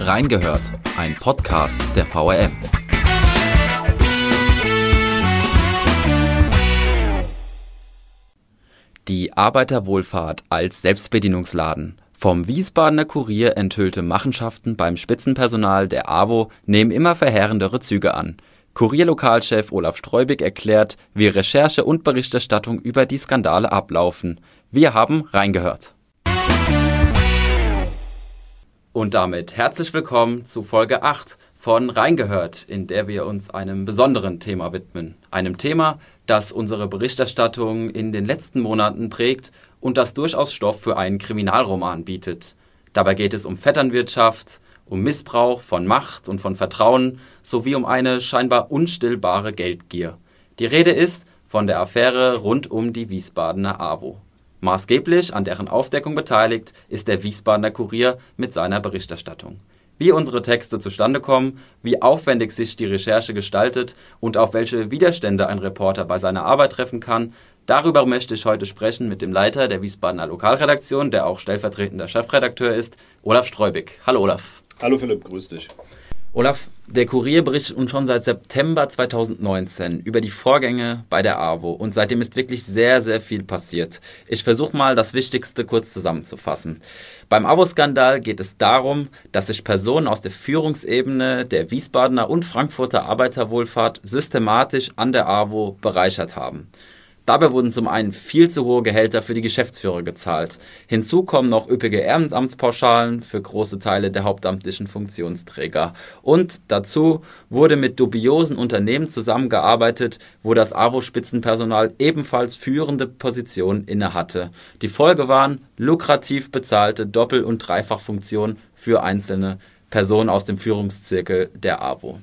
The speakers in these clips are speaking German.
Reingehört, ein Podcast der VRM. Die Arbeiterwohlfahrt als Selbstbedienungsladen. Vom Wiesbadener Kurier enthüllte Machenschaften beim Spitzenpersonal der AWO nehmen immer verheerendere Züge an. Kurierlokalchef Olaf Streubig erklärt, wie Recherche und Berichterstattung über die Skandale ablaufen. Wir haben reingehört. Und damit herzlich willkommen zu Folge 8 von Reingehört, in der wir uns einem besonderen Thema widmen. Einem Thema, das unsere Berichterstattung in den letzten Monaten prägt und das durchaus Stoff für einen Kriminalroman bietet. Dabei geht es um Vetternwirtschaft, um Missbrauch von Macht und von Vertrauen sowie um eine scheinbar unstillbare Geldgier. Die Rede ist von der Affäre rund um die Wiesbadener AWO. Maßgeblich an deren Aufdeckung beteiligt ist der Wiesbadener Kurier mit seiner Berichterstattung. Wie unsere Texte zustande kommen, wie aufwendig sich die Recherche gestaltet und auf welche Widerstände ein Reporter bei seiner Arbeit treffen kann, darüber möchte ich heute sprechen mit dem Leiter der Wiesbadener Lokalredaktion, der auch stellvertretender Chefredakteur ist, Olaf Streubig. Hallo Olaf. Hallo Philipp, grüß dich. Olaf, der Kurier berichtet uns schon seit September 2019 über die Vorgänge bei der AWO und seitdem ist wirklich sehr, sehr viel passiert. Ich versuche mal, das Wichtigste kurz zusammenzufassen. Beim AWO-Skandal geht es darum, dass sich Personen aus der Führungsebene der Wiesbadener und Frankfurter Arbeiterwohlfahrt systematisch an der AWO bereichert haben. Dabei wurden zum einen viel zu hohe Gehälter für die Geschäftsführer gezahlt. Hinzu kommen noch üppige Ehrenamtspauschalen für große Teile der hauptamtlichen Funktionsträger. Und dazu wurde mit dubiosen Unternehmen zusammengearbeitet, wo das AWO-Spitzenpersonal ebenfalls führende Positionen innehatte. Die Folge waren lukrativ bezahlte Doppel- und Dreifachfunktionen für einzelne Personen aus dem Führungszirkel der AWO.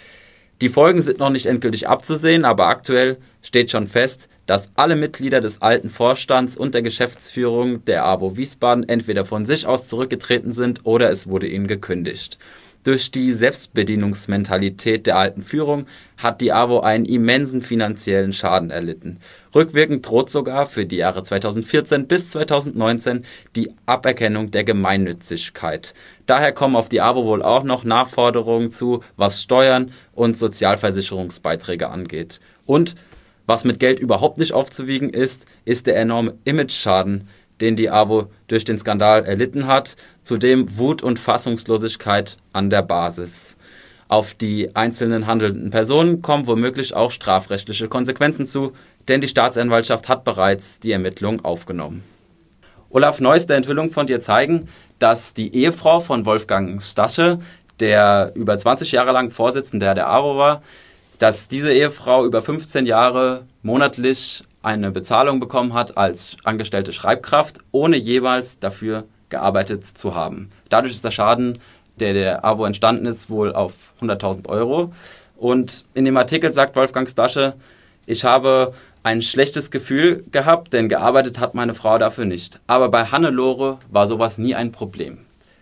Die Folgen sind noch nicht endgültig abzusehen, aber aktuell steht schon fest, dass alle Mitglieder des alten Vorstands und der Geschäftsführung der AWO Wiesbaden entweder von sich aus zurückgetreten sind oder es wurde ihnen gekündigt. Durch die Selbstbedienungsmentalität der alten Führung hat die AWO einen immensen finanziellen Schaden erlitten. Rückwirkend droht sogar für die Jahre 2014 bis 2019 die Aberkennung der Gemeinnützigkeit. Daher kommen auf die AWO wohl auch noch Nachforderungen zu, was Steuern und Sozialversicherungsbeiträge angeht. Und was mit Geld überhaupt nicht aufzuwiegen ist, ist der enorme Imageschaden, den die AWO durch den Skandal erlitten hat, zudem Wut und Fassungslosigkeit an der Basis. Auf die einzelnen handelnden Personen kommen womöglich auch strafrechtliche Konsequenzen zu, denn die Staatsanwaltschaft hat bereits die Ermittlungen aufgenommen. Olaf, neueste Enthüllungen von dir zeigen, dass die Ehefrau von Wolfgang Stasche, der über 20 Jahre lang Vorsitzender der AWO war, dass diese Ehefrau über 15 Jahre monatlich eine Bezahlung bekommen hat als angestellte Schreibkraft, ohne jeweils dafür gearbeitet zu haben. Dadurch ist der Schaden, der AWO entstanden ist, wohl auf 100.000 Euro. Und in dem Artikel sagt Wolfgang Stasche, ich habe ein schlechtes Gefühl gehabt, denn gearbeitet hat meine Frau dafür nicht. Aber bei Hannelore war sowas nie ein Problem.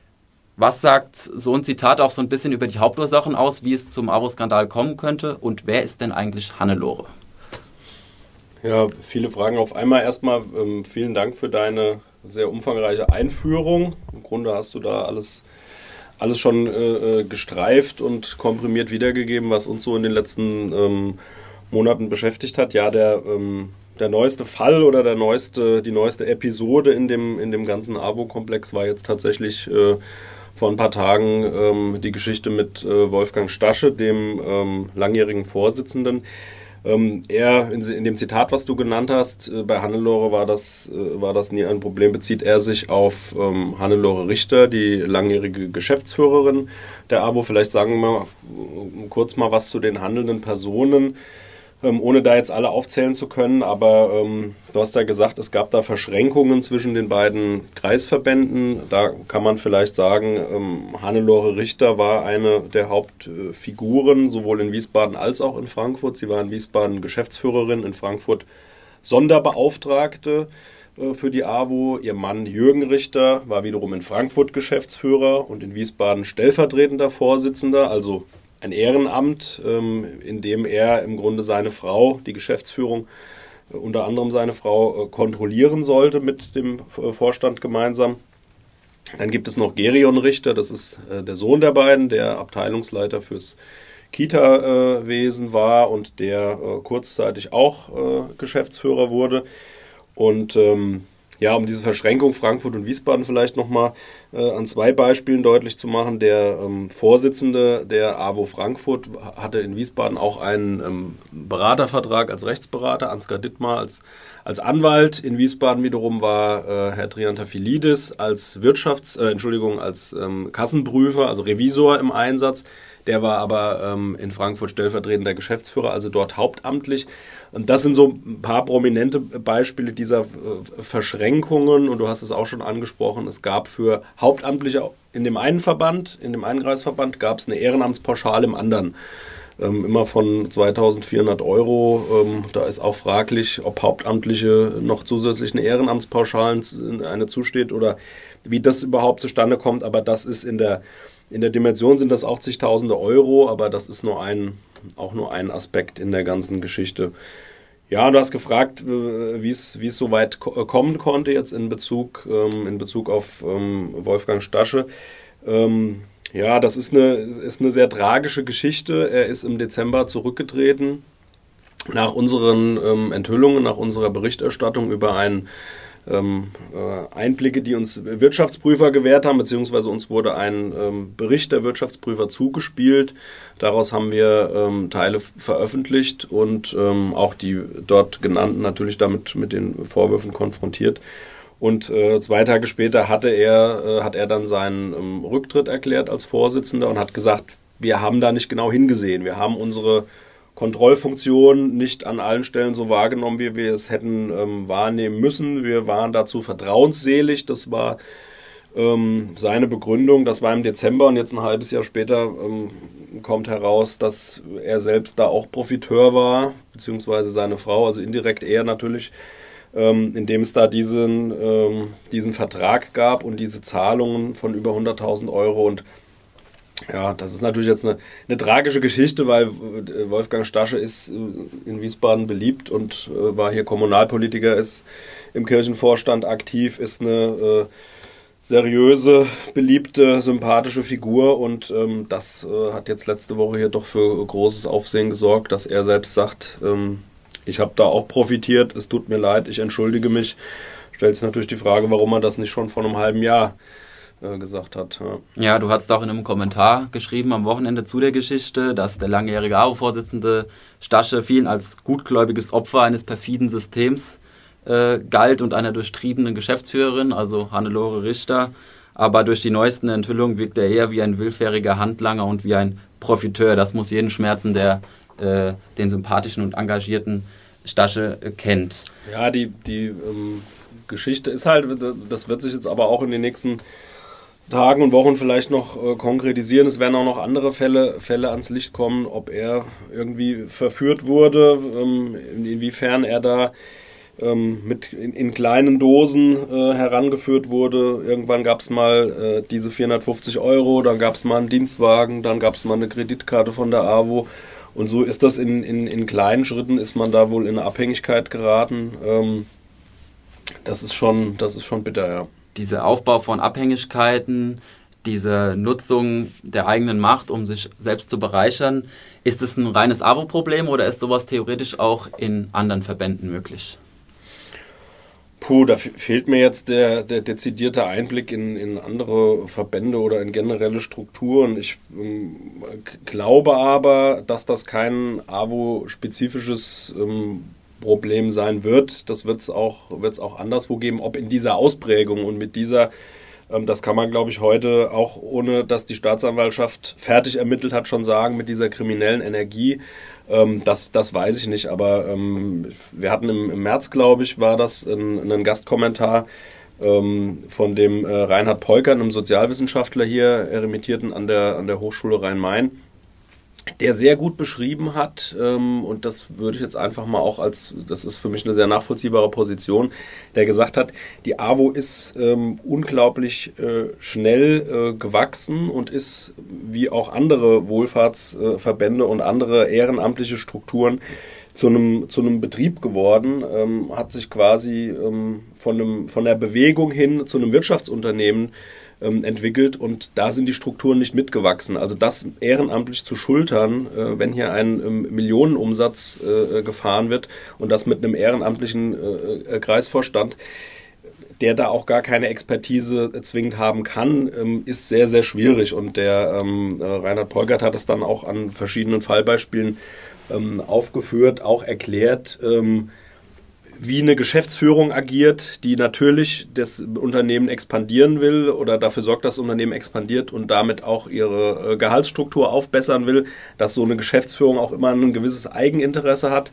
Was sagt so ein Zitat auch so ein bisschen über die Hauptursachen aus, wie es zum AWO-Skandal kommen könnte? Und wer ist denn eigentlich Hannelore? Ja, viele Fragen auf einmal. Erstmal vielen Dank für deine sehr umfangreiche Einführung. Im Grunde hast du da alles schon gestreift und komprimiert wiedergegeben, was uns so in den letzten Monaten beschäftigt hat. Ja, der neueste Fall oder die neueste Episode in dem ganzen AWO-Komplex war jetzt tatsächlich vor ein paar Tagen die Geschichte mit Wolfgang Stasche, dem langjährigen Vorsitzenden. Er, in dem Zitat, was du genannt hast, bei Hannelore war das nie ein Problem, bezieht er sich auf Hannelore Richter, die langjährige Geschäftsführerin der AWO. Vielleicht sagen wir kurz mal was zu den handelnden Personen, ohne da jetzt alle aufzählen zu können, aber du hast ja gesagt, es gab da Verschränkungen zwischen den beiden Kreisverbänden. Da kann man vielleicht sagen, Hannelore Richter war eine der Hauptfiguren, sowohl in Wiesbaden als auch in Frankfurt. Sie war in Wiesbaden Geschäftsführerin, in Frankfurt Sonderbeauftragte für die AWO. Ihr Mann Jürgen Richter war wiederum in Frankfurt Geschäftsführer und in Wiesbaden stellvertretender Vorsitzender, also ein Ehrenamt, in dem er im Grunde seine Frau, die Geschäftsführung, unter anderem seine Frau, kontrollieren sollte mit dem Vorstand gemeinsam. Dann gibt es noch Gerion Richter, das ist der Sohn der beiden, der Abteilungsleiter fürs Kita-Wesen war und der kurzzeitig auch Geschäftsführer wurde. Und um diese Verschränkung Frankfurt und Wiesbaden vielleicht nochmal an 2 Beispielen deutlich zu machen. Der Vorsitzende der AWO Frankfurt hatte in Wiesbaden auch einen Beratervertrag als Rechtsberater, Ansgar Dittmar als Anwalt. In Wiesbaden wiederum war Herr Triantafylidis als als Kassenprüfer, also Revisor im Einsatz. Der war aber in Frankfurt stellvertretender Geschäftsführer, also dort hauptamtlich. Und das sind so ein paar prominente Beispiele dieser Verschränkungen. Und du hast es auch schon angesprochen, es gab für Hauptamtliche in dem einen Verband, in dem einen Kreisverband, gab es eine Ehrenamtspauschale im anderen. Immer von 2.400 €. Da ist auch fraglich, ob Hauptamtliche noch zusätzlich eine Ehrenamtspauschale eine zusteht oder wie das überhaupt zustande kommt. Aber das ist in der Dimension sind das auch zigtausende Euro, aber das ist auch nur ein Aspekt in der ganzen Geschichte. Ja, du hast gefragt, wie es so weit kommen konnte jetzt in Bezug auf Wolfgang Stasche. Das ist eine sehr tragische Geschichte. Er ist im Dezember zurückgetreten nach unseren Enthüllungen, nach unserer Berichterstattung über Einblicke, die uns Wirtschaftsprüfer gewährt haben, beziehungsweise uns wurde ein Bericht der Wirtschaftsprüfer zugespielt. Daraus haben wir Teile veröffentlicht und auch die dort genannten natürlich damit mit den Vorwürfen konfrontiert. Und 2 Tage später hat er dann seinen Rücktritt erklärt als Vorsitzender und hat gesagt, wir haben da nicht genau hingesehen. Wir haben unsere Kontrollfunktion nicht an allen Stellen so wahrgenommen, wie wir es hätten wahrnehmen müssen. Wir waren dazu vertrauensselig. Das war seine Begründung. Das war im Dezember und jetzt ein halbes Jahr später kommt heraus, dass er selbst da auch Profiteur war, beziehungsweise seine Frau, also indirekt er natürlich, indem es da diesen Vertrag gab und diese Zahlungen von über 100.000 Euro. Und ja, das ist natürlich jetzt eine tragische Geschichte, weil Wolfgang Stasche ist in Wiesbaden beliebt und war hier Kommunalpolitiker, ist im Kirchenvorstand aktiv, ist eine seriöse, beliebte, sympathische Figur und das hat jetzt letzte Woche hier doch für großes Aufsehen gesorgt, dass er selbst sagt, ich habe da auch profitiert, es tut mir leid, ich entschuldige mich. Stellt sich natürlich die Frage, warum er das nicht schon vor einem halben Jahr gesagt hat. Ja, du hast auch in einem Kommentar geschrieben am Wochenende zu der Geschichte, dass der langjährige AWO-Vorsitzende Stasche vielen als gutgläubiges Opfer eines perfiden Systems galt und einer durchtriebenen Geschäftsführerin, also Hannelore Richter. Aber durch die neuesten Enthüllungen wirkt er eher wie ein willfähriger Handlanger und wie ein Profiteur. Das muss jeden schmerzen, der den sympathischen und engagierten Stasche kennt. Ja, die Geschichte ist halt, das wird sich jetzt aber auch in den nächsten Tagen und Wochen vielleicht noch konkretisieren. Es werden auch noch andere Fälle ans Licht kommen, ob er irgendwie verführt wurde, inwiefern er da in kleinen Dosen herangeführt wurde. Irgendwann gab es mal diese 450 Euro, dann gab es mal einen Dienstwagen, dann gab es mal eine Kreditkarte von der AWO. Und so ist das in kleinen Schritten, ist man da wohl in eine Abhängigkeit geraten. Das ist schon bitter, ja. Dieser Aufbau von Abhängigkeiten, diese Nutzung der eigenen Macht, um sich selbst zu bereichern, ist es ein reines AWO-Problem oder ist sowas theoretisch auch in anderen Verbänden möglich? Da fehlt mir jetzt der dezidierte Einblick in andere Verbände oder in generelle Strukturen. Ich glaube aber, dass das kein AWO-spezifisches Problem sein wird. Das wird es auch anderswo geben, ob in dieser Ausprägung und mit dieser, das kann man, glaube ich, heute auch, ohne dass die Staatsanwaltschaft fertig ermittelt hat, schon sagen, mit dieser kriminellen Energie. Das weiß ich nicht, aber wir hatten im März, glaube ich, war das ein Gastkommentar von dem Reinhard Peuker, einem Sozialwissenschaftler hier, Emeritierten an der Hochschule Rhein-Main, der sehr gut beschrieben hat, und das würde ich jetzt einfach mal auch das ist für mich eine sehr nachvollziehbare Position, der gesagt hat, die AWO ist unglaublich schnell gewachsen und ist, wie auch andere Wohlfahrtsverbände und andere ehrenamtliche Strukturen, zu einem Betrieb geworden, hat sich quasi von der Bewegung hin zu einem Wirtschaftsunternehmen entwickelt und da sind die Strukturen nicht mitgewachsen. Also das ehrenamtlich zu schultern, wenn hier ein Millionenumsatz gefahren wird und das mit einem ehrenamtlichen Kreisvorstand, der da auch gar keine Expertise zwingend haben kann, ist sehr, sehr schwierig. Und der Reinhard Polgert hat es dann auch an verschiedenen Fallbeispielen aufgeführt, auch erklärt, wie eine Geschäftsführung agiert, die natürlich das Unternehmen expandieren will oder dafür sorgt, dass das Unternehmen expandiert und damit auch ihre Gehaltsstruktur aufbessern will, dass so eine Geschäftsführung auch immer ein gewisses Eigeninteresse hat.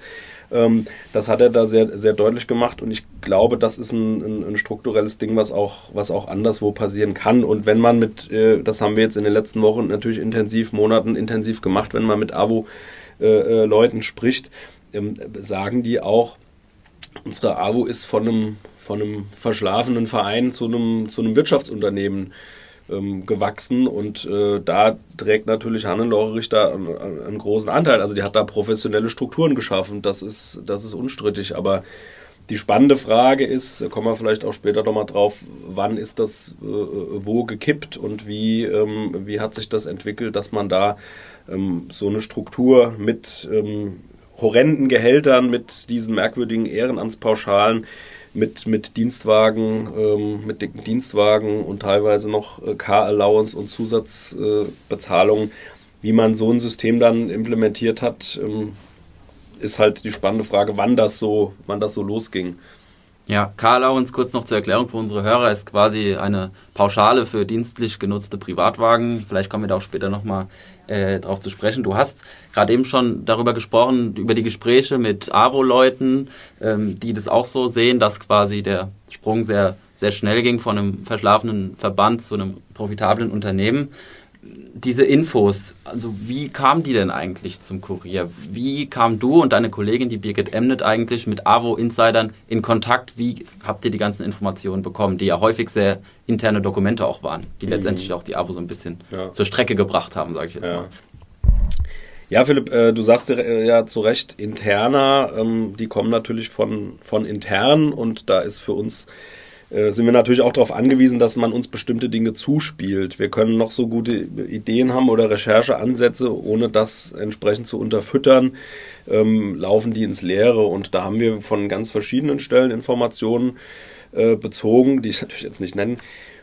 Das hat er da sehr, sehr deutlich gemacht und ich glaube, das ist ein strukturelles Ding, was auch anderswo passieren kann. Und wenn man das haben wir jetzt in den letzten Wochen natürlich Monaten intensiv gemacht, wenn man mit AWO-Leuten spricht, sagen die auch, unsere AWO ist von einem verschlafenen Verein zu einem Wirtschaftsunternehmen gewachsen und da trägt natürlich Hannelore Richter einen großen Anteil. Also die hat da professionelle Strukturen geschaffen, das ist unstrittig. Aber die spannende Frage ist, da kommen wir vielleicht auch später nochmal drauf, wann ist das wo gekippt und wie hat sich das entwickelt, dass man da so eine Struktur mit horrenden Gehältern, mit diesen merkwürdigen Ehrenamtspauschalen, mit Dienstwagen, mit dicken Dienstwagen und teilweise noch Car-Allowance und Zusatzbezahlungen, wie man so ein System dann implementiert hat, ist halt die spannende Frage, wann das so losging. Ja, Car-Allowance, kurz noch zur Erklärung für unsere Hörer, ist quasi eine Pauschale für dienstlich genutzte Privatwagen. Vielleicht kommen wir da auch später nochmal drauf zu sprechen. Du hast gerade eben schon darüber gesprochen, über die Gespräche mit AWO-Leuten, die das auch so sehen, dass quasi der Sprung sehr, sehr schnell ging von einem verschlafenen Verband zu einem profitablen Unternehmen. Diese Infos, also wie kamen die denn eigentlich zum Kurier? Wie kam du und deine Kollegin, die Birgit Emnet, eigentlich mit AWO-Insidern in Kontakt? Wie habt ihr die ganzen Informationen bekommen, die ja häufig sehr interne Dokumente auch waren, die letztendlich auch die AWO so ein bisschen zur Strecke gebracht haben, sage ich jetzt mal. Ja, Philipp, du sagst ja zu Recht, interner, die kommen natürlich von intern und da ist für uns sind wir natürlich auch darauf angewiesen, dass man uns bestimmte Dinge zuspielt. Wir können noch so gute Ideen haben oder Rechercheansätze, ohne das entsprechend zu unterfüttern, laufen die ins Leere. Und da haben wir von ganz verschiedenen Stellen Informationen bezogen, die ich natürlich jetzt nicht nennen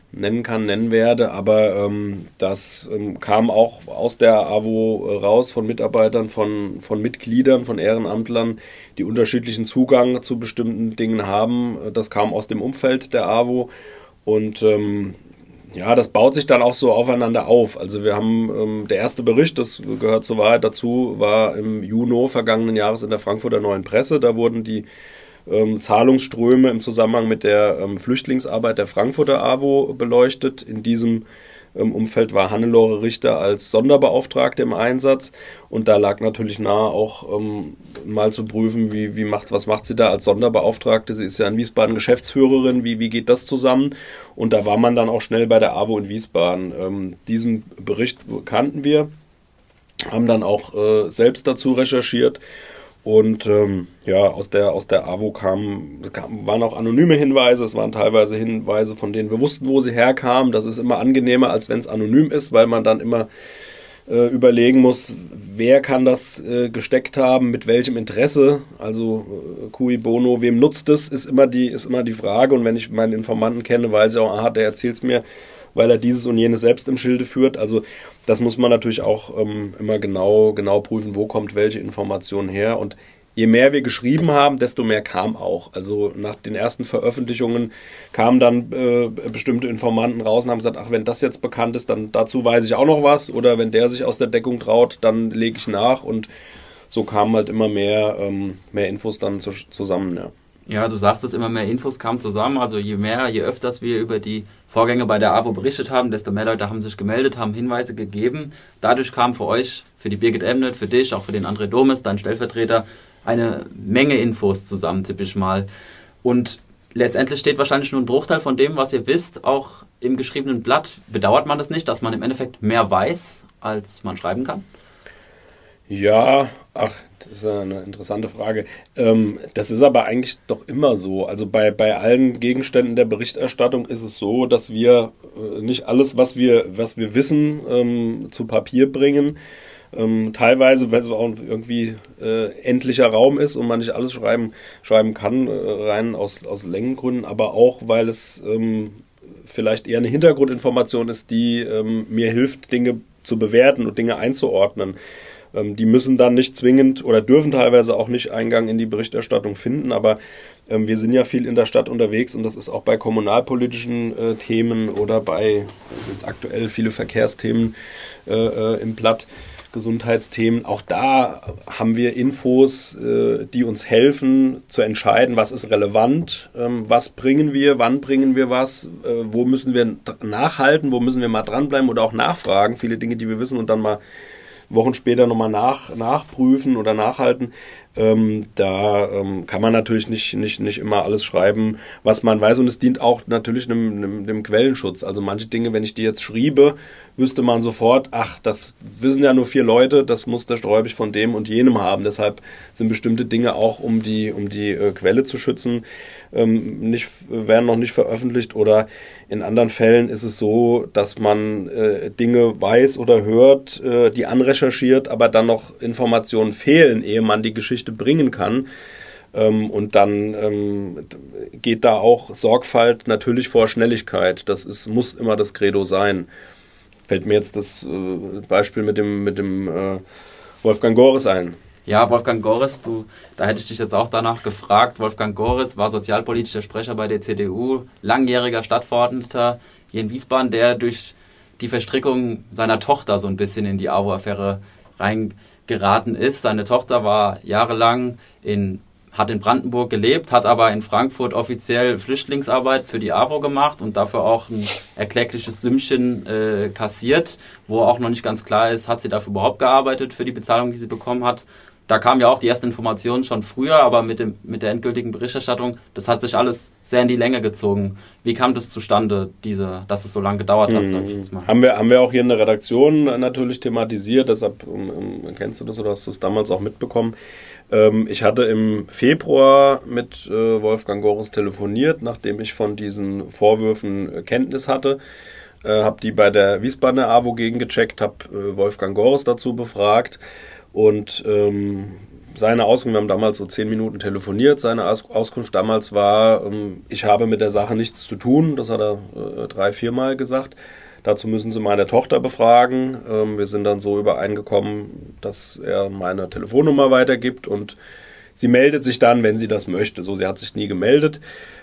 werde, aber das kam auch aus der AWO raus von Mitarbeitern, von Mitgliedern, von Ehrenamtlern, die unterschiedlichen Zugang zu bestimmten Dingen haben. Das kam aus dem Umfeld der AWO und das baut sich dann auch so aufeinander auf. Also wir haben der erste Bericht, das gehört zur Wahrheit dazu, war im Juni vergangenen Jahres in der Frankfurter Neuen Presse. Da wurden die Zahlungsströme im Zusammenhang mit der Flüchtlingsarbeit der Frankfurter AWO beleuchtet. In diesem Umfeld war Hannelore Richter als Sonderbeauftragte im Einsatz und da lag natürlich nahe auch mal zu prüfen, was macht sie da als Sonderbeauftragte. Sie ist ja in Wiesbaden Geschäftsführerin, wie geht das zusammen? Und da war man dann auch schnell bei der AWO in Wiesbaden. Diesen Bericht kannten wir, haben dann auch selbst dazu recherchiert. Und aus der AWO waren auch anonyme Hinweise, es waren teilweise Hinweise, von denen wir wussten, wo sie herkamen. Das ist immer angenehmer, als wenn es anonym ist, weil man dann immer überlegen muss, wer kann das gesteckt haben, mit welchem Interesse, also cui bono, wem nutzt es, ist immer die Frage. Und wenn ich meinen Informanten kenne, weiß ich auch, der erzählt es mir, weil er dieses und jenes selbst im Schilde führt. Also das muss man natürlich auch immer genau prüfen, wo kommt welche Information her. Und je mehr wir geschrieben haben, desto mehr kam auch. Also nach den ersten Veröffentlichungen kamen dann bestimmte Informanten raus und haben gesagt, wenn das jetzt bekannt ist, dann dazu weiß ich auch noch was. Oder wenn der sich aus der Deckung traut, dann lege ich nach. Und so kamen halt immer mehr Infos dann zusammen, ja. Ja, du sagst es, immer mehr Infos kamen zusammen. Also je öfters wir über die Vorgänge bei der AWO berichtet haben, desto mehr Leute haben sich gemeldet, haben Hinweise gegeben. Dadurch kam für euch, für die Birgit Emnet, für dich, auch für den André Domes, dein Stellvertreter, eine Menge Infos zusammen, tippe ich mal. Und letztendlich steht wahrscheinlich nur ein Bruchteil von dem, was ihr wisst, auch im geschriebenen Blatt. Bedauert man das nicht, dass man im Endeffekt mehr weiß, als man schreiben kann? Ja, das ist eine interessante Frage. Das ist aber eigentlich doch immer so. Also bei allen Gegenständen der Berichterstattung ist es so, dass wir nicht alles, was wir wissen, zu Papier bringen. Teilweise, weil es auch irgendwie endlicher Raum ist und man nicht alles schreiben kann, rein aus Längengründen, aber auch, weil es vielleicht eher eine Hintergrundinformation ist, die mir hilft, Dinge zu bewerten und Dinge einzuordnen. Die müssen dann nicht zwingend oder dürfen teilweise auch nicht Eingang in die Berichterstattung finden, aber wir sind ja viel in der Stadt unterwegs und das ist auch bei kommunalpolitischen Themen oder bei, jetzt aktuell viele Verkehrsthemen im Blatt, Gesundheitsthemen. Auch da haben wir Infos, die uns helfen zu entscheiden, was ist relevant, was bringen wir, wann bringen wir was, wo müssen wir nachhalten, wo müssen wir mal dranbleiben oder auch nachfragen. Viele Dinge, die wir wissen und dann mal Wochen später nochmal nachprüfen oder nachhalten. Da kann man natürlich nicht immer alles schreiben, was man weiß. Und es dient auch natürlich dem Quellenschutz. Also manche Dinge, wenn ich die jetzt schriebe, wüsste man sofort, ach, das wissen ja nur 4 Leute, das muss der Sträubig von dem und jenem haben. Deshalb sind bestimmte Dinge auch, um die Quelle zu schützen, werden noch nicht veröffentlicht. Oder in anderen Fällen ist es so, dass man Dinge weiß oder hört, die anrecherchiert, aber dann noch Informationen fehlen, ehe man die Geschichte bringen kann. Und dann geht da auch Sorgfalt natürlich vor Schnelligkeit. Muss immer das Credo sein. Fällt mir jetzt das Beispiel mit dem Wolfgang Goris ein. Ja, Wolfgang Goris, da hätte ich dich jetzt auch danach gefragt. Wolfgang Goris war sozialpolitischer Sprecher bei der CDU, langjähriger Stadtverordneter hier in Wiesbaden, der durch die Verstrickung seiner Tochter so ein bisschen in die AWO-Affäre reingeraten ist. Seine Tochter war jahrelang hat in Brandenburg gelebt, hat aber in Frankfurt offiziell Flüchtlingsarbeit für die AWO gemacht und dafür auch ein erkleckliches Sümmchen kassiert, wo auch noch nicht ganz klar ist, hat sie dafür überhaupt gearbeitet für die Bezahlung, die sie bekommen hat. Da kam ja auch die erste Information schon früher, aber mit der endgültigen Berichterstattung, das hat sich alles sehr in die Länge gezogen. Wie kam das zustande, dass es so lange gedauert hat, sag ich jetzt mal? Haben wir auch hier in der Redaktion natürlich thematisiert, deshalb kennst du das oder hast du es damals auch mitbekommen. Ich hatte im Februar mit Wolfgang Goris telefoniert, nachdem ich von diesen Vorwürfen Kenntnis hatte. Habe die bei der Wiesbadener AWO gegengecheckt, habe Wolfgang Goris dazu befragt. Und seine Auskunft, wir haben damals so 10 Minuten telefoniert, seine Auskunft damals war, ich habe mit der Sache nichts zu tun, das hat er 3-4 Mal gesagt. Dazu müssen Sie meine Tochter befragen. Wir sind dann so übereingekommen, dass er meine Telefonnummer weitergibt und sie meldet sich dann, wenn sie das möchte. So, sie hat sich nie gemeldet,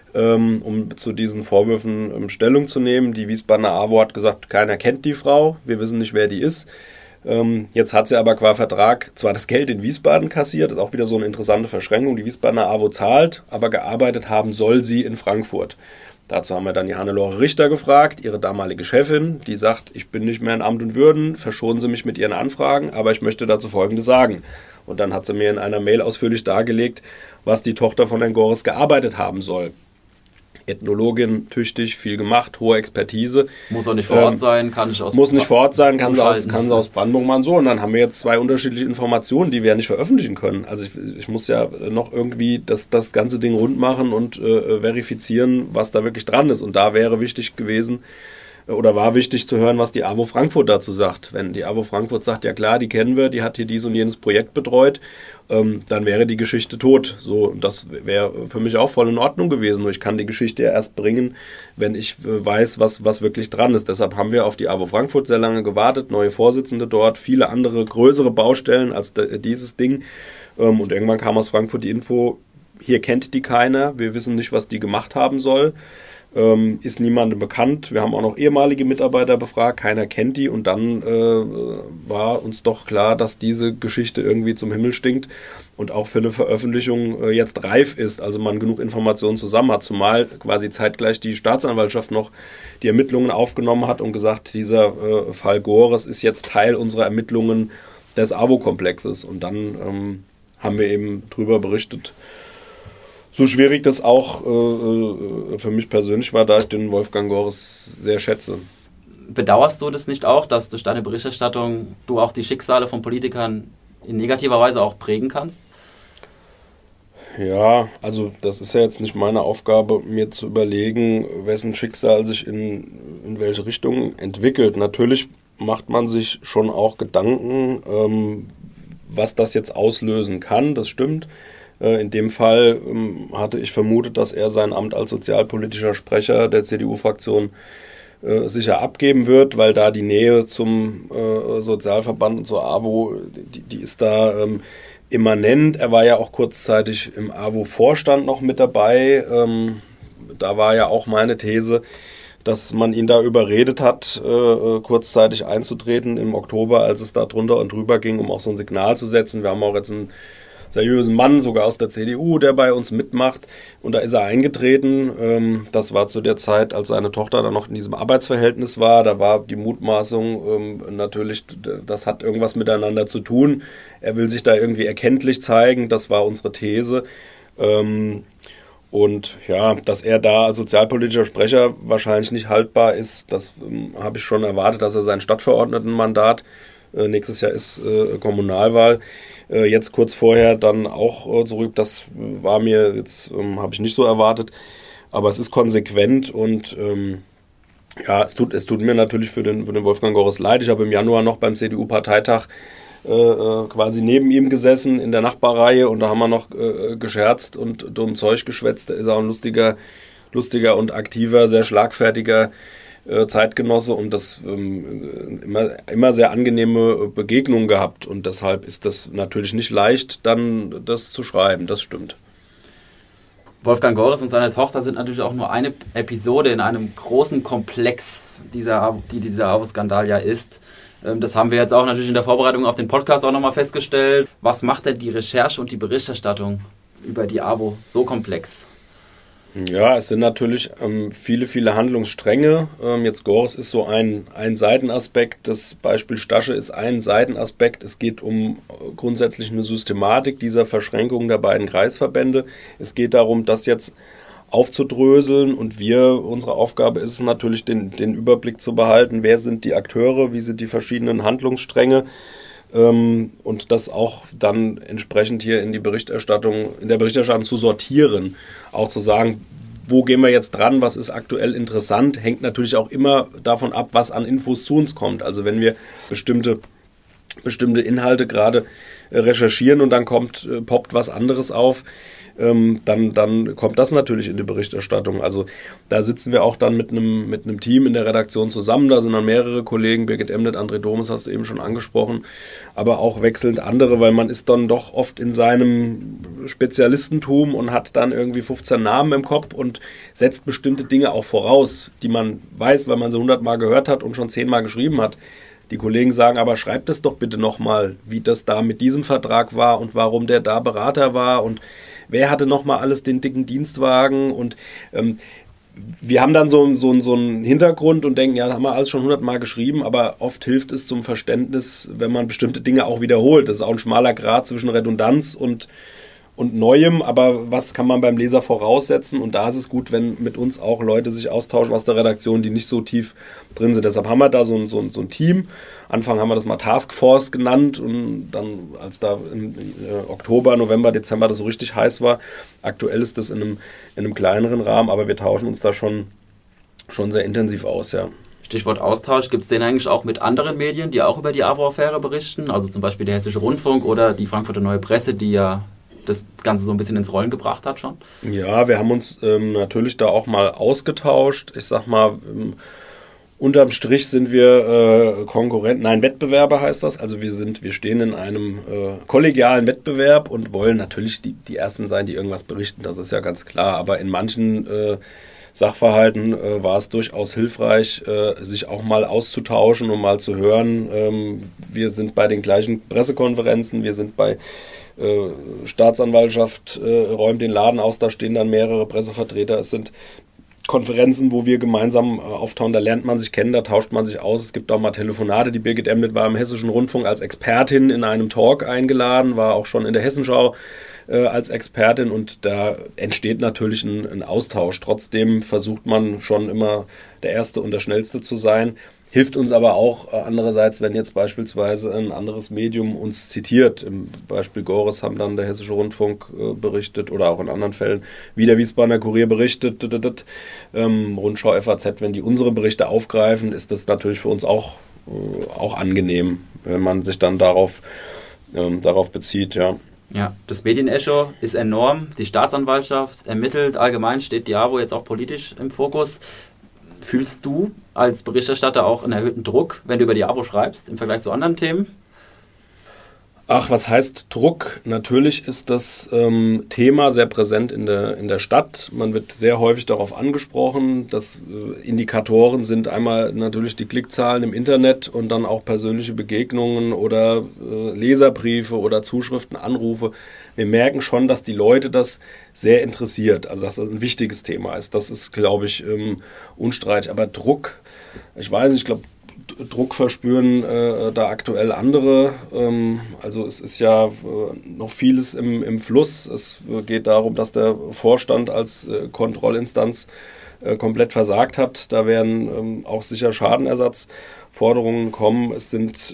um zu diesen Vorwürfen Stellung zu nehmen. Die Wiesbadener AWO hat gesagt, keiner kennt die Frau, wir wissen nicht, wer die ist. Jetzt hat sie aber qua Vertrag zwar das Geld in Wiesbaden kassiert, ist auch wieder so eine interessante Verschränkung. Die Wiesbadener AWO zahlt, aber gearbeitet haben soll sie in Frankfurt. Dazu haben wir dann die Hannelore Richter gefragt, ihre damalige Chefin, die sagt, ich bin nicht mehr in Amt und Würden, verschonen Sie mich mit Ihren Anfragen, aber ich möchte dazu Folgendes sagen. Und dann hat sie mir in einer Mail ausführlich dargelegt, was die Tochter von Herrn Goris gearbeitet haben soll. Ethnologin, tüchtig, viel gemacht, hohe Expertise. Muss auch nicht vor Ort sein, kann ich aus Muss nicht vor Ort sein, kann sie aus Brandenburg machen. So, und dann haben wir jetzt 2 unterschiedliche Informationen, die wir ja nicht veröffentlichen können. Also ich muss ja noch irgendwie das ganze Ding rund machen und verifizieren, was da wirklich dran ist. Und da wäre wichtig gewesen, oder war wichtig zu hören, was die AWO Frankfurt dazu sagt. Wenn die AWO Frankfurt sagt, ja klar, die kennen wir, die hat hier dies und jenes Projekt betreut, dann wäre die Geschichte tot. So, das wäre für mich auch voll in Ordnung gewesen. Nur ich kann die Geschichte ja erst bringen, wenn ich weiß, was wirklich dran ist. Deshalb haben wir auf die AWO Frankfurt sehr lange gewartet, neue Vorsitzende dort, viele andere größere Baustellen als dieses Ding. Und irgendwann kam aus Frankfurt die Info, hier kennt die keiner, wir wissen nicht, was die gemacht haben soll. Ist niemandem bekannt. Wir haben auch noch ehemalige Mitarbeiter befragt, keiner kennt die und dann war uns doch klar, dass diese Geschichte irgendwie zum Himmel stinkt und auch für eine Veröffentlichung jetzt reif ist, also man genug Informationen zusammen hat, zumal quasi zeitgleich die Staatsanwaltschaft noch die Ermittlungen aufgenommen hat und gesagt, dieser Fall Goris ist jetzt Teil unserer Ermittlungen des AWO-Komplexes und dann haben wir eben drüber berichtet. So schwierig das auch für mich persönlich war, da ich den Wolfgang Goris sehr schätze. Bedauerst du das nicht auch, dass durch deine Berichterstattung du auch die Schicksale von Politikern in negativer Weise auch prägen kannst? Ja, also das ist ja jetzt nicht meine Aufgabe, mir zu überlegen, wessen Schicksal sich in welche Richtung entwickelt. Natürlich macht man sich schon auch Gedanken, was das jetzt auslösen kann, das stimmt. In dem Fall hatte ich vermutet, dass er sein Amt als sozialpolitischer Sprecher der CDU-Fraktion sicher abgeben wird, weil da die Nähe zum Sozialverband und zur AWO, die ist da immanent. Er war ja auch kurzzeitig im AWO-Vorstand noch mit dabei. Da war ja auch meine These, dass man ihn da überredet hat, kurzzeitig einzutreten im Oktober, als es da drunter und drüber ging, um auch so ein Signal zu setzen. Wir haben auch jetzt einen seriösen Mann, sogar aus der CDU, der bei uns mitmacht. Und da ist er eingetreten. Das war zu der Zeit, als seine Tochter dann noch in diesem Arbeitsverhältnis war. Da war die Mutmaßung natürlich, das hat irgendwas miteinander zu tun. Er will sich da irgendwie erkenntlich zeigen. Das war unsere These. Und ja, dass er da als sozialpolitischer Sprecher wahrscheinlich nicht haltbar ist, das habe ich schon erwartet, dass er sein Stadtverordnetenmandat, nächstes Jahr ist Kommunalwahl, jetzt kurz vorher dann auch zurück. Das war mir jetzt, habe ich nicht so erwartet, aber es ist konsequent und ja, es tut mir natürlich für den Wolfgang Goris leid. Ich habe im Januar noch beim CDU-Parteitag quasi neben ihm gesessen in der Nachbarreihe und da haben wir noch gescherzt und dumm Zeug geschwätzt. Er ist auch ein lustiger und aktiver, sehr schlagfertiger Zeitgenosse und das immer sehr angenehme Begegnungen gehabt und deshalb ist das natürlich nicht leicht, dann das zu schreiben, das stimmt. Wolfgang Goris und seine Tochter sind natürlich auch nur eine Episode in einem großen Komplex, die dieser AWO-Skandal ja ist. Das haben wir jetzt auch natürlich in der Vorbereitung auf den Podcast auch nochmal festgestellt. Was macht denn die Recherche und die Berichterstattung über die AWO so komplex? Ja, es sind natürlich viele Handlungsstränge. Jetzt Goris ist so ein Seitenaspekt, das Beispiel Stasche ist ein Seitenaspekt. Es geht um grundsätzlich eine Systematik dieser Verschränkung der beiden Kreisverbände. Es geht darum, das jetzt aufzudröseln und unsere Aufgabe ist es natürlich, den Überblick zu behalten, wer sind die Akteure, wie sind die verschiedenen Handlungsstränge und das auch dann entsprechend hier in der Berichterstattung zu sortieren, auch zu sagen, wo gehen wir jetzt dran, was ist aktuell interessant, hängt natürlich auch immer davon ab, was an Infos zu uns kommt. Also wenn wir bestimmte Inhalte gerade recherchieren und dann poppt was anderes auf, dann kommt das natürlich in die Berichterstattung. Also da sitzen wir auch dann mit einem Team in der Redaktion zusammen. Da sind dann mehrere Kollegen, Birgit Emnet, André Domes hast du eben schon angesprochen, aber auch wechselnd andere, weil man ist dann doch oft in seinem Spezialistentum und hat dann irgendwie 15 Namen im Kopf und setzt bestimmte Dinge auch voraus, die man weiß, weil man sie 100 Mal gehört hat und schon 10 Mal geschrieben hat. Die Kollegen sagen, aber schreibt es doch bitte nochmal, wie das da mit diesem Vertrag war und warum der da Berater war und wer hatte nochmal alles den dicken Dienstwagen und wir haben dann so einen Hintergrund und denken, ja, das haben wir alles schon 100 Mal geschrieben, aber oft hilft es zum Verständnis, wenn man bestimmte Dinge auch wiederholt. Das ist auch ein schmaler Grat zwischen Redundanz und Neuem, aber was kann man beim Leser voraussetzen? Und da ist es gut, wenn mit uns auch Leute sich austauschen aus der Redaktion, die nicht so tief drin sind. Deshalb haben wir da so ein Team. Anfang haben wir das mal Taskforce genannt und dann, als da im Oktober, November, Dezember das so richtig heiß war, aktuell ist das in einem kleineren Rahmen, aber wir tauschen uns da schon sehr intensiv aus, ja. Stichwort Austausch, gibt es den eigentlich auch mit anderen Medien, die auch über die AWO-Affäre berichten? Also zum Beispiel der Hessische Rundfunk oder die Frankfurter Neue Presse, die ja das Ganze so ein bisschen ins Rollen gebracht hat schon? Ja, wir haben uns natürlich da auch mal ausgetauscht. Ich sag mal, unterm Strich sind wir Konkurrenten, nein, Wettbewerber heißt das. Also wir stehen in einem kollegialen Wettbewerb und wollen natürlich die Ersten sein, die irgendwas berichten. Das ist ja ganz klar. Aber in manchen Sachverhalten war es durchaus hilfreich, sich auch mal auszutauschen und mal zu hören. Wir sind bei den gleichen Pressekonferenzen, wir sind bei Staatsanwaltschaft räumt den Laden aus, da stehen dann mehrere Pressevertreter. Es sind Konferenzen, wo wir gemeinsam auftauchen, da lernt man sich kennen, da tauscht man sich aus. Es gibt auch mal Telefonate. Die Birgit Emnet war im Hessischen Rundfunk als Expertin in einem Talk eingeladen, war auch schon in der Hessenschau als Expertin und da entsteht natürlich ein Austausch. Trotzdem versucht man schon immer der Erste und der Schnellste zu sein. Hilft uns aber auch andererseits, wenn jetzt beispielsweise ein anderes Medium uns zitiert. Im Beispiel Goris haben dann der Hessische Rundfunk berichtet oder auch in anderen Fällen wie der Wiesbadener Kurier berichtet. Rundschau, FAZ, wenn die unsere Berichte aufgreifen, ist das natürlich für uns auch angenehm, wenn man sich dann darauf bezieht, ja. Ja, das Medienecho ist enorm. Die Staatsanwaltschaft ermittelt. Allgemein steht die AWO jetzt auch politisch im Fokus. Fühlst du als Berichterstatter auch einen erhöhten Druck, wenn du über die AWO schreibst, im Vergleich zu anderen Themen? Ach, was heißt Druck? Natürlich ist das Thema sehr präsent in der Stadt. Man wird sehr häufig darauf angesprochen. Das Indikatoren sind einmal natürlich die Klickzahlen im Internet und dann auch persönliche Begegnungen oder Leserbriefe oder Zuschriften, Anrufe. Wir merken schon, dass die Leute das sehr interessiert. Also dass das ein wichtiges Thema ist. Das ist, glaube ich, unstreitig. Aber Druck, ich weiß nicht, ich glaube, Druck verspüren da aktuell andere. Also es ist ja noch vieles im Fluss. Es geht darum, dass der Vorstand als Kontrollinstanz komplett versagt hat. Da werden auch sicher Schadenersatzforderungen kommen. Es sind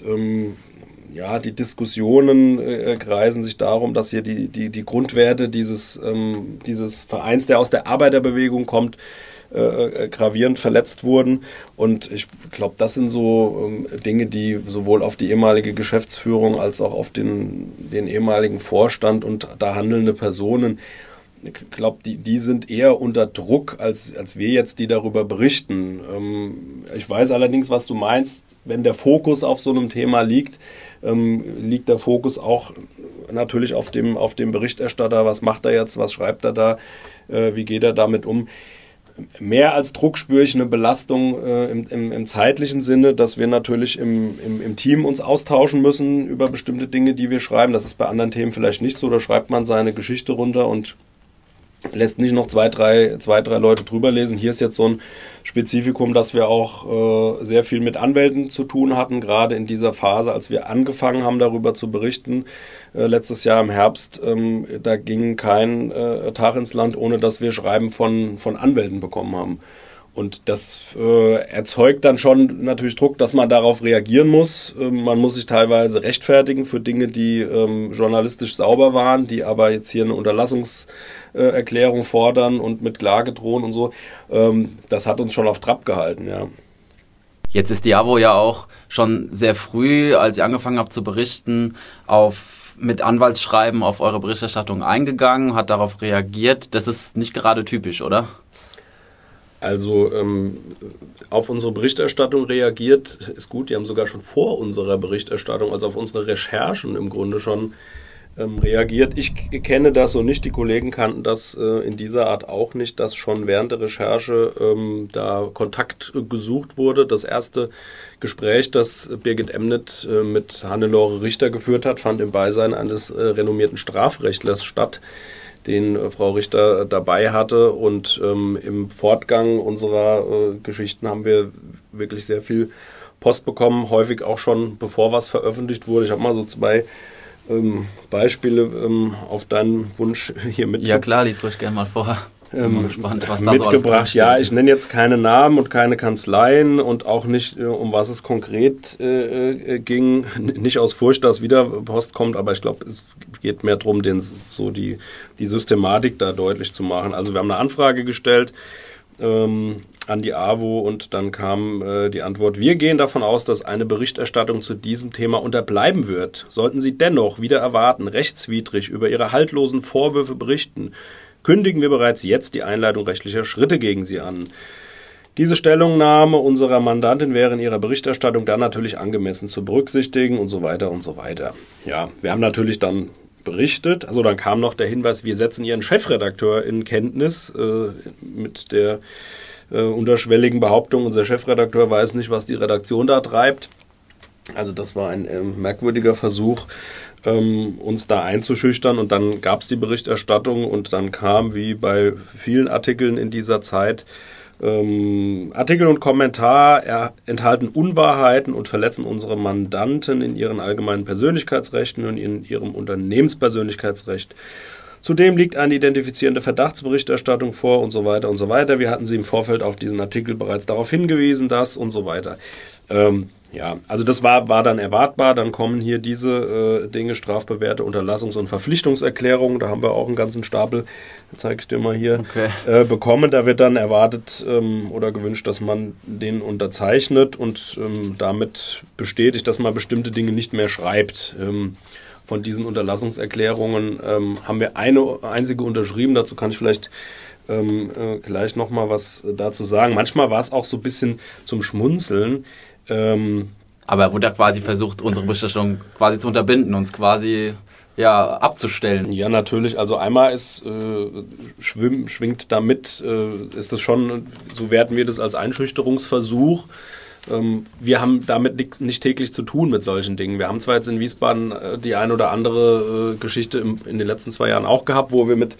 die Diskussionen kreisen sich darum, dass hier die Grundwerte dieses Vereins, der aus der Arbeiterbewegung kommt, gravierend verletzt wurden. Und ich glaube, das sind so Dinge, die sowohl auf die ehemalige Geschäftsführung als auch auf den ehemaligen Vorstand und da handelnde Personen, ich glaube, die sind eher unter Druck, als wir jetzt, die darüber berichten. Ich weiß allerdings, was du meinst. Wenn der Fokus auf so einem Thema liegt, liegt der Fokus auch natürlich auf dem Berichterstatter. Was macht er jetzt? Was schreibt er da? Wie geht er damit um? Mehr als Druck spüre ich eine Belastung im zeitlichen Sinne, dass wir natürlich im Team uns austauschen müssen über bestimmte Dinge, die wir schreiben. Das ist bei anderen Themen vielleicht nicht so. Da schreibt man seine Geschichte runter und lässt nicht noch zwei, drei Leute drüber lesen. Hier ist jetzt so ein Spezifikum, dass wir auch sehr viel mit Anwälten zu tun hatten, gerade in dieser Phase, als wir angefangen haben, darüber zu berichten. Letztes Jahr im Herbst, da ging kein Tag ins Land, ohne dass wir Schreiben von Anwälten bekommen haben. Und das erzeugt dann schon natürlich Druck, dass man darauf reagieren muss. Man muss sich teilweise rechtfertigen für Dinge, die journalistisch sauber waren, die aber jetzt hier eine Unterlassungserklärung fordern und mit Klage drohen und so. Das hat uns schon auf Trab gehalten, ja. Jetzt ist die AWO ja auch schon sehr früh, als ihr angefangen habt zu berichten, mit Anwaltsschreiben auf eure Berichterstattung eingegangen, hat darauf reagiert. Das ist nicht gerade typisch, oder? Also auf unsere Berichterstattung reagiert, ist gut, die haben sogar schon vor unserer Berichterstattung, also auf unsere Recherchen im Grunde schon reagiert. Ich kenne das so nicht, die Kollegen kannten das in dieser Art auch nicht, dass schon während der Recherche da Kontakt gesucht wurde. Das erste Gespräch, das Birgit Emnet mit Hannelore Richter geführt hat, fand im Beisein eines renommierten Strafrechtlers statt, den Frau Richter dabei hatte. Und im Fortgang unserer Geschichten haben wir wirklich sehr viel Post bekommen, häufig auch schon bevor was veröffentlicht wurde. Ich habe mal so 2 Beispiele auf deinen Wunsch hier mit. Ja klar, lies ruhig gerne mal vor. Bin mal gespannt, was da mitgebracht. So ja, ich nenne jetzt keine Namen und keine Kanzleien und auch nicht, um was es konkret ging. Nicht aus Furcht, dass wieder Post kommt, aber ich glaube, es geht mehr darum, die Systematik da deutlich zu machen. Also wir haben eine Anfrage gestellt an die AWO und dann kam die Antwort: Wir gehen davon aus, dass eine Berichterstattung zu diesem Thema unterbleiben wird. Sollten Sie dennoch wieder erwarten, rechtswidrig über Ihre haltlosen Vorwürfe berichten, kündigen wir bereits jetzt die Einleitung rechtlicher Schritte gegen Sie an. Diese Stellungnahme unserer Mandantin wäre in ihrer Berichterstattung dann natürlich angemessen zu berücksichtigen und so weiter und so weiter. Ja, wir haben natürlich dann berichtet. Also dann kam noch der Hinweis, wir setzen Ihren Chefredakteur in Kenntnis mit der unterschwelligen Behauptung, unser Chefredakteur weiß nicht, was die Redaktion da treibt. Also das war ein merkwürdiger Versuch, uns da einzuschüchtern, und dann gab es die Berichterstattung und dann kam, wie bei vielen Artikeln in dieser Zeit, Artikel und Kommentar enthalten Unwahrheiten und verletzen unsere Mandanten in ihren allgemeinen Persönlichkeitsrechten und in ihrem Unternehmenspersönlichkeitsrecht. Zudem liegt eine identifizierende Verdachtsberichterstattung vor und so weiter und so weiter. Wir hatten Sie im Vorfeld auf diesen Artikel bereits darauf hingewiesen, das und so weiter. Ja, also das war dann erwartbar. Dann kommen hier diese Dinge, strafbewährte Unterlassungs- und Verpflichtungserklärungen. Da haben wir auch einen ganzen Stapel, zeige ich dir mal hier, bekommen. Da wird dann erwartet oder gewünscht, dass man den unterzeichnet und damit bestätigt, dass man bestimmte Dinge nicht mehr schreibt. Von diesen Unterlassungserklärungen haben wir eine einzige unterschrieben. Dazu kann ich vielleicht gleich nochmal was dazu sagen. Manchmal war es auch so ein bisschen zum Schmunzeln. Aber wurde da quasi versucht, unsere Berichterstattung quasi zu unterbinden, uns quasi abzustellen? Ja, natürlich. Also einmal schwingt damit, ist es schon, so werten wir das als Einschüchterungsversuch. Wir haben damit nicht täglich zu tun mit solchen Dingen. Wir haben zwar jetzt in Wiesbaden die ein oder andere Geschichte in den letzten 2 Jahren auch gehabt, wo wir mit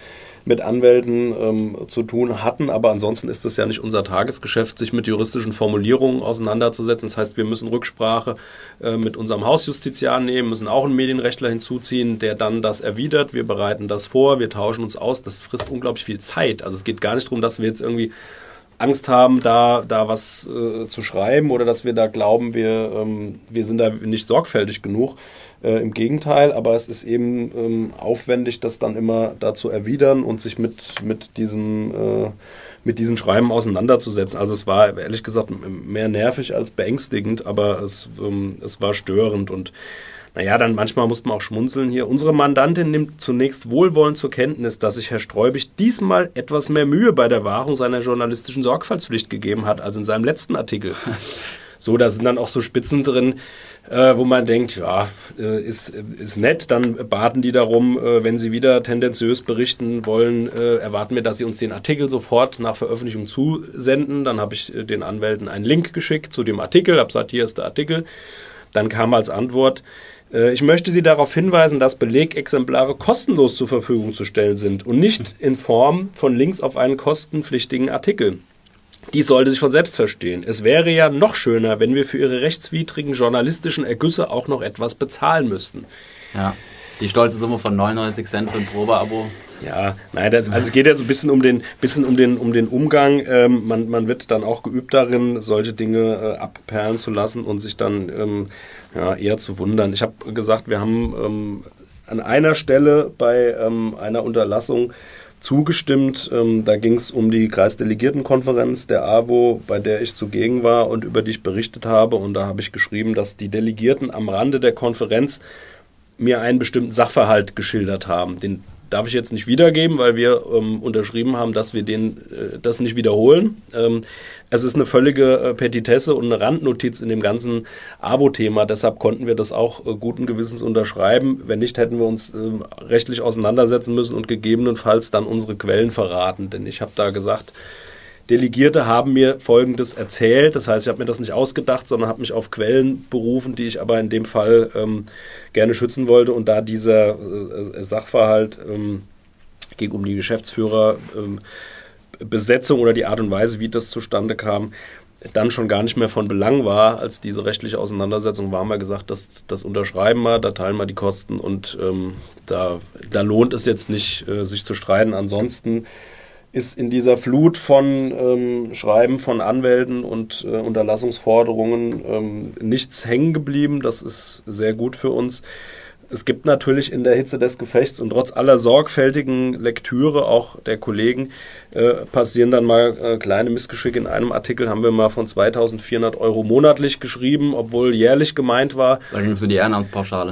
Anwälten zu tun hatten, aber ansonsten ist das ja nicht unser Tagesgeschäft, sich mit juristischen Formulierungen auseinanderzusetzen. Das heißt, wir müssen Rücksprache mit unserem Hausjustiziar nehmen, müssen auch einen Medienrechtler hinzuziehen, der dann das erwidert. Wir bereiten das vor, wir tauschen uns aus. Das frisst unglaublich viel Zeit. Also es geht gar nicht darum, dass wir jetzt irgendwie Angst haben, da was zu schreiben oder dass wir da glauben, wir sind da nicht sorgfältig genug. Im Gegenteil, aber es ist eben aufwendig, das dann immer da zu erwidern und sich mit diesen Schreiben auseinanderzusetzen. Also es war ehrlich gesagt mehr nervig als beängstigend, aber es war störend und naja, dann manchmal musste man auch schmunzeln hier. Unsere Mandantin nimmt zunächst wohlwollend zur Kenntnis, dass sich Herr Streubig diesmal etwas mehr Mühe bei der Wahrung seiner journalistischen Sorgfaltspflicht gegeben hat als in seinem letzten Artikel. So, da sind dann auch so Spitzen drin, wo man denkt, ja, ist nett. Dann baten die darum, wenn sie wieder tendenziös berichten wollen, erwarten wir, dass sie uns den Artikel sofort nach Veröffentlichung zusenden. Dann habe ich den Anwälten einen Link geschickt zu dem Artikel, habe gesagt, hier ist der Artikel. Dann kam als Antwort, ich möchte Sie darauf hinweisen, dass Belegexemplare kostenlos zur Verfügung zu stellen sind und nicht in Form von Links auf einen kostenpflichtigen Artikel. Dies sollte sich von selbst verstehen. Es wäre ja noch schöner, wenn wir für Ihre rechtswidrigen journalistischen Ergüsse auch noch etwas bezahlen müssten. Ja, die stolze Summe von 99 Cent für ein Probeabo. Ja, nein, es geht jetzt ein bisschen um den Umgang. Man wird dann auch geübt darin, solche Dinge abperlen zu lassen und sich dann eher zu wundern. Ich habe gesagt, wir haben an einer Stelle bei einer Unterlassung zugestimmt. Da ging es um die Kreisdelegiertenkonferenz der AWO, bei der ich zugegen war und über die ich berichtet habe. Und da habe ich geschrieben, dass die Delegierten am Rande der Konferenz mir einen bestimmten Sachverhalt geschildert haben. Den darf ich jetzt nicht wiedergeben, weil wir unterschrieben haben, dass wir das nicht wiederholen. Es ist eine völlige Petitesse und eine Randnotiz in dem ganzen AWO-Thema. Deshalb konnten wir das auch guten Gewissens unterschreiben. Wenn nicht, hätten wir uns rechtlich auseinandersetzen müssen und gegebenenfalls dann unsere Quellen verraten. Denn ich habe da gesagt, Delegierte haben mir Folgendes erzählt. Das heißt, ich habe mir das nicht ausgedacht, sondern habe mich auf Quellen berufen, die ich aber in dem Fall gerne schützen wollte. Und da dieser Sachverhalt ging um die Geschäftsführerbesetzung oder die Art und Weise, wie das zustande kam, dann schon gar nicht mehr von Belang war, als diese rechtliche Auseinandersetzung war, haben wir gesagt, das unterschreiben wir, da teilen wir die Kosten und da lohnt es jetzt nicht, sich zu streiten. Ansonsten ist in dieser Flut von Schreiben von Anwälten und Unterlassungsforderungen nichts hängen geblieben. Das ist sehr gut für uns. Es gibt natürlich in der Hitze des Gefechts und trotz aller sorgfältigen Lektüre auch der Kollegen passieren dann mal kleine Missgeschicke. In einem Artikel haben wir mal von 2.400 € monatlich geschrieben, obwohl jährlich gemeint war. Da ging es um die Ehrenamtspauschale.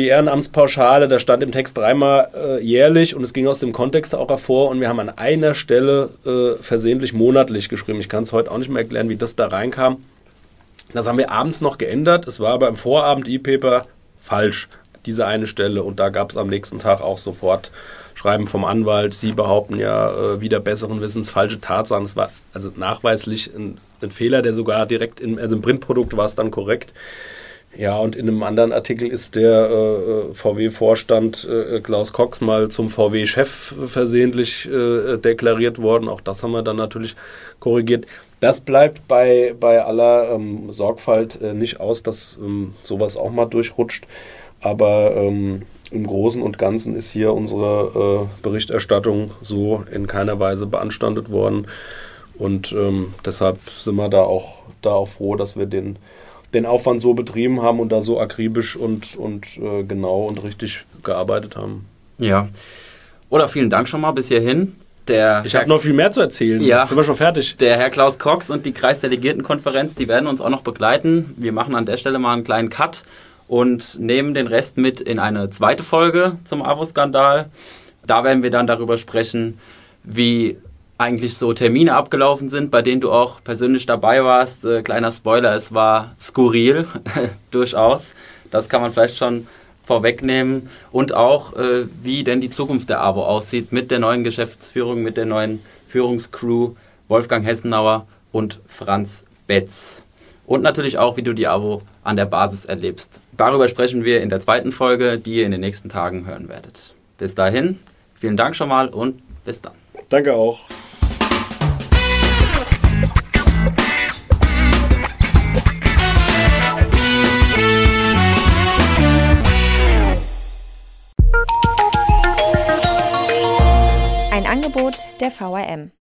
Da stand im Text 3-mal jährlich und es ging aus dem Kontext auch hervor und wir haben an einer Stelle versehentlich monatlich geschrieben. Ich kann es heute auch nicht mehr erklären, wie das da reinkam. Das haben wir abends noch geändert. Es war aber im Vorabend E-Paper falsch. Diese eine Stelle und da gab es am nächsten Tag auch sofort Schreiben vom Anwalt, Sie behaupten ja wieder besseren Wissens falsche Tatsachen. Es war also nachweislich ein Fehler, der sogar direkt im Printprodukt war es dann korrekt. Ja, und in einem anderen Artikel ist der VW-Vorstand Klaus Cox mal zum VW-Chef versehentlich deklariert worden. Auch das haben wir dann natürlich korrigiert. Das bleibt bei aller Sorgfalt nicht aus, dass sowas auch mal durchrutscht. Aber im Großen und Ganzen ist hier unsere Berichterstattung so in keiner Weise beanstandet worden. Und deshalb sind wir da auch froh, dass wir den Aufwand so betrieben haben und da so akribisch und genau und richtig gearbeitet haben. Ja. Oder vielen Dank schon mal bis hierhin. Ich habe noch viel mehr zu erzählen. Ja, sind wir schon fertig? Der Herr Klaus Cox und die Kreisdelegiertenkonferenz, die werden uns auch noch begleiten. Wir machen an der Stelle mal einen kleinen Cut und nehmen den Rest mit in eine zweite Folge zum AWO-Skandal. Da werden wir dann darüber sprechen, wie eigentlich so Termine abgelaufen sind, bei denen du auch persönlich dabei warst. Kleiner Spoiler, es war skurril, durchaus. Das kann man vielleicht schon vorwegnehmen. Und auch, wie denn die Zukunft der AWO aussieht mit der neuen Geschäftsführung, mit der neuen Führungscrew Wolfgang Hessenauer und Franz Betz. Und natürlich auch, wie du die AWO an der Basis erlebst. Darüber sprechen wir in der zweiten Folge, die ihr in den nächsten Tagen hören werdet. Bis dahin, vielen Dank schon mal und bis dann. Danke auch. Ein Angebot der VRM.